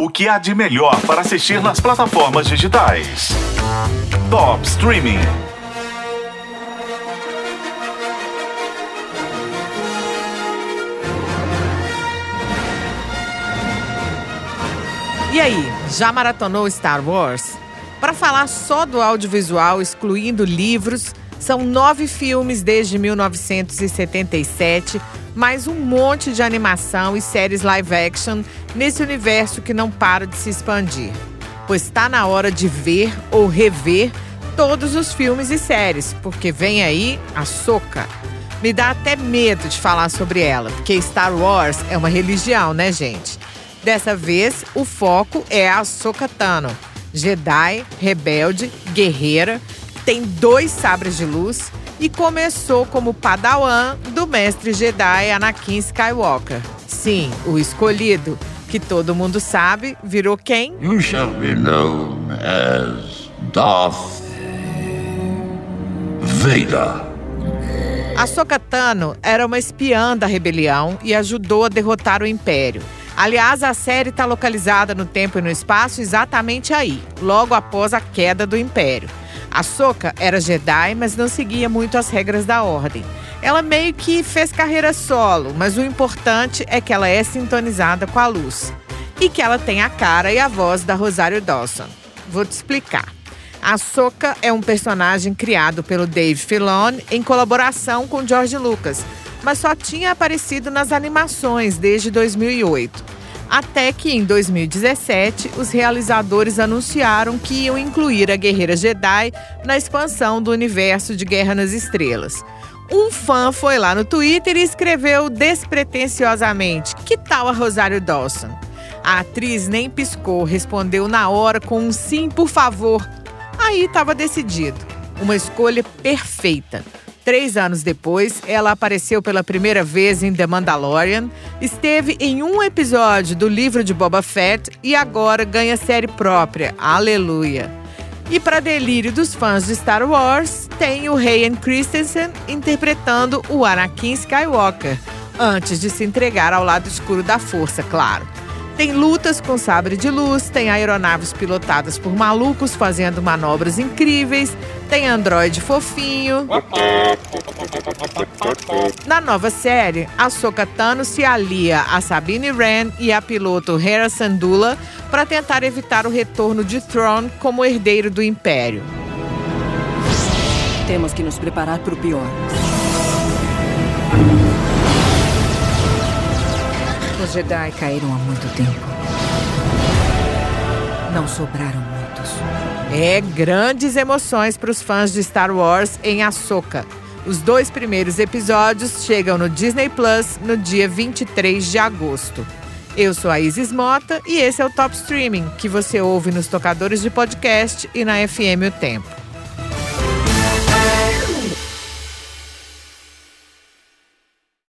O que há de melhor para assistir nas plataformas digitais? Top Streaming. E aí, já maratonou Star Wars? Para falar só do audiovisual, excluindo livros, são 9 filmes desde 1977, mais um monte de animação e séries live action nesse universo que não para de se expandir. Pois está na hora de ver ou rever todos os filmes e séries, porque vem aí Ahsoka. Me dá até medo de falar sobre ela, porque Star Wars é uma religião, né, gente? Dessa vez, o foco é a Ahsoka Tano, Jedi, rebelde, guerreira, tem 2 sabres de luz e começou como padawan do mestre Jedi Anakin Skywalker. Sim, o escolhido, que todo mundo sabe, virou quem? You shall be known as Darth Vader. Ahsoka Tano era uma espiã da rebelião e ajudou a derrotar o Império. Aliás, a série está localizada no tempo e no espaço exatamente aí, logo após a queda do Império. Ahsoka era Jedi, mas não seguia muito as regras da Ordem. Ela meio que fez carreira solo, mas o importante é que ela é sintonizada com a luz. E que ela tem a cara e a voz da Rosário Dawson. Vou te explicar. Ahsoka é um personagem criado pelo Dave Filoni em colaboração com George Lucas, mas só tinha aparecido nas animações desde 2008. Até que, em 2017, os realizadores anunciaram que iam incluir a Guerreira Jedi na expansão do universo de Guerra nas Estrelas. Um fã foi lá no Twitter e escreveu despretensiosamente: "Que tal a Rosário Dawson?" A atriz nem piscou, respondeu na hora com um "sim, por favor". Aí estava decidido. Uma escolha perfeita. 3 anos depois, ela apareceu pela primeira vez em The Mandalorian, esteve em um episódio do livro de Boba Fett e agora ganha série própria. Aleluia! E para delírio dos fãs de Star Wars, tem o Hayden Christensen interpretando o Anakin Skywalker, antes de se entregar ao lado escuro da força, claro. Tem lutas com sabre de luz, tem aeronaves pilotadas por malucos fazendo manobras incríveis, tem androide fofinho. Na nova série, Ahsoka Tano se alia a Sabine Wren e a piloto Hera Syndulla para tentar evitar o retorno de Thrawn como herdeiro do Império. Temos que nos preparar para o pior. Os Jedi caíram há muito tempo. Não sobraram muitos. Grandes emoções para os fãs de Star Wars em Ahsoka. Os 2 primeiros episódios chegam no Disney Plus no dia 23 de agosto. Eu sou a Isis Mota e esse é o Top Streaming, que você ouve nos tocadores de podcast e na FM O Tempo.